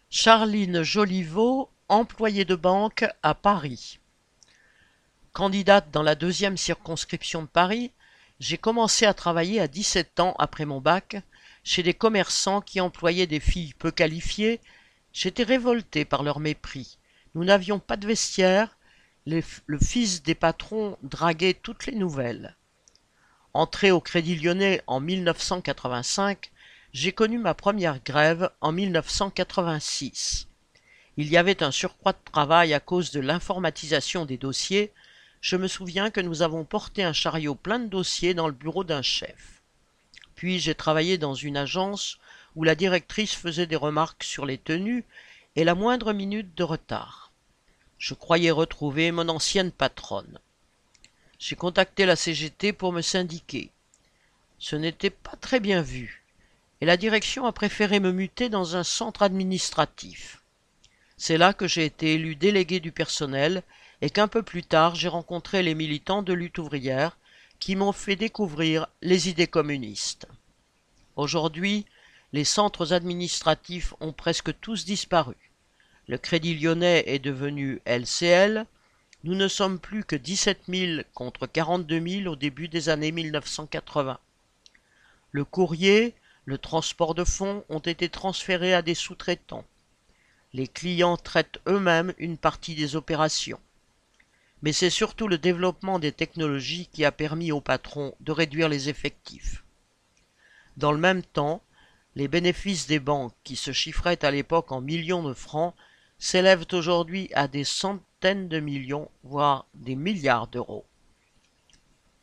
Charline Joliveau, employée de banque à Paris. Candidate dans la deuxième circonscription de Paris, j'ai commencé à travailler à 17 ans après mon bac chez des commerçants qui employaient des filles peu qualifiées. J'étais révolté par leur mépris. Nous n'avions pas de vestiaire, le fils des patrons draguait toutes les nouvelles. Entré au Crédit Lyonnais en 1985, j'ai connu ma première grève en 1986. Il y avait un surcroît de travail à cause de l'informatisation des dossiers. Je me souviens que nous avons porté un chariot plein de dossiers dans le bureau d'un chef. Puis j'ai travaillé dans une agence où la directrice faisait des remarques sur les tenues et la moindre minute de retard. Je croyais retrouver mon ancienne patronne. J'ai contacté la CGT pour me syndiquer. Ce n'était pas très bien vu, et la direction a préféré me muter dans un centre administratif. C'est là que j'ai été élu délégué du personnel et qu'un peu plus tard j'ai rencontré les militants de lutte ouvrière qui m'ont fait découvrir les idées communistes. Aujourd'hui, les centres administratifs ont presque tous disparu. Le Crédit Lyonnais est devenu LCL. Nous ne sommes plus que 17 000 contre 42 000 au début des années 1980. Le courrier, le transport de fonds ont été transférés à des sous-traitants. Les clients traitent eux-mêmes une partie des opérations. Mais c'est surtout le développement des technologies qui a permis aux patrons de réduire les effectifs. Dans le même temps, les bénéfices des banques, qui se chiffraient à l'époque en millions de francs, s'élèvent aujourd'hui à des centaines de millions, voire des milliards d'euros.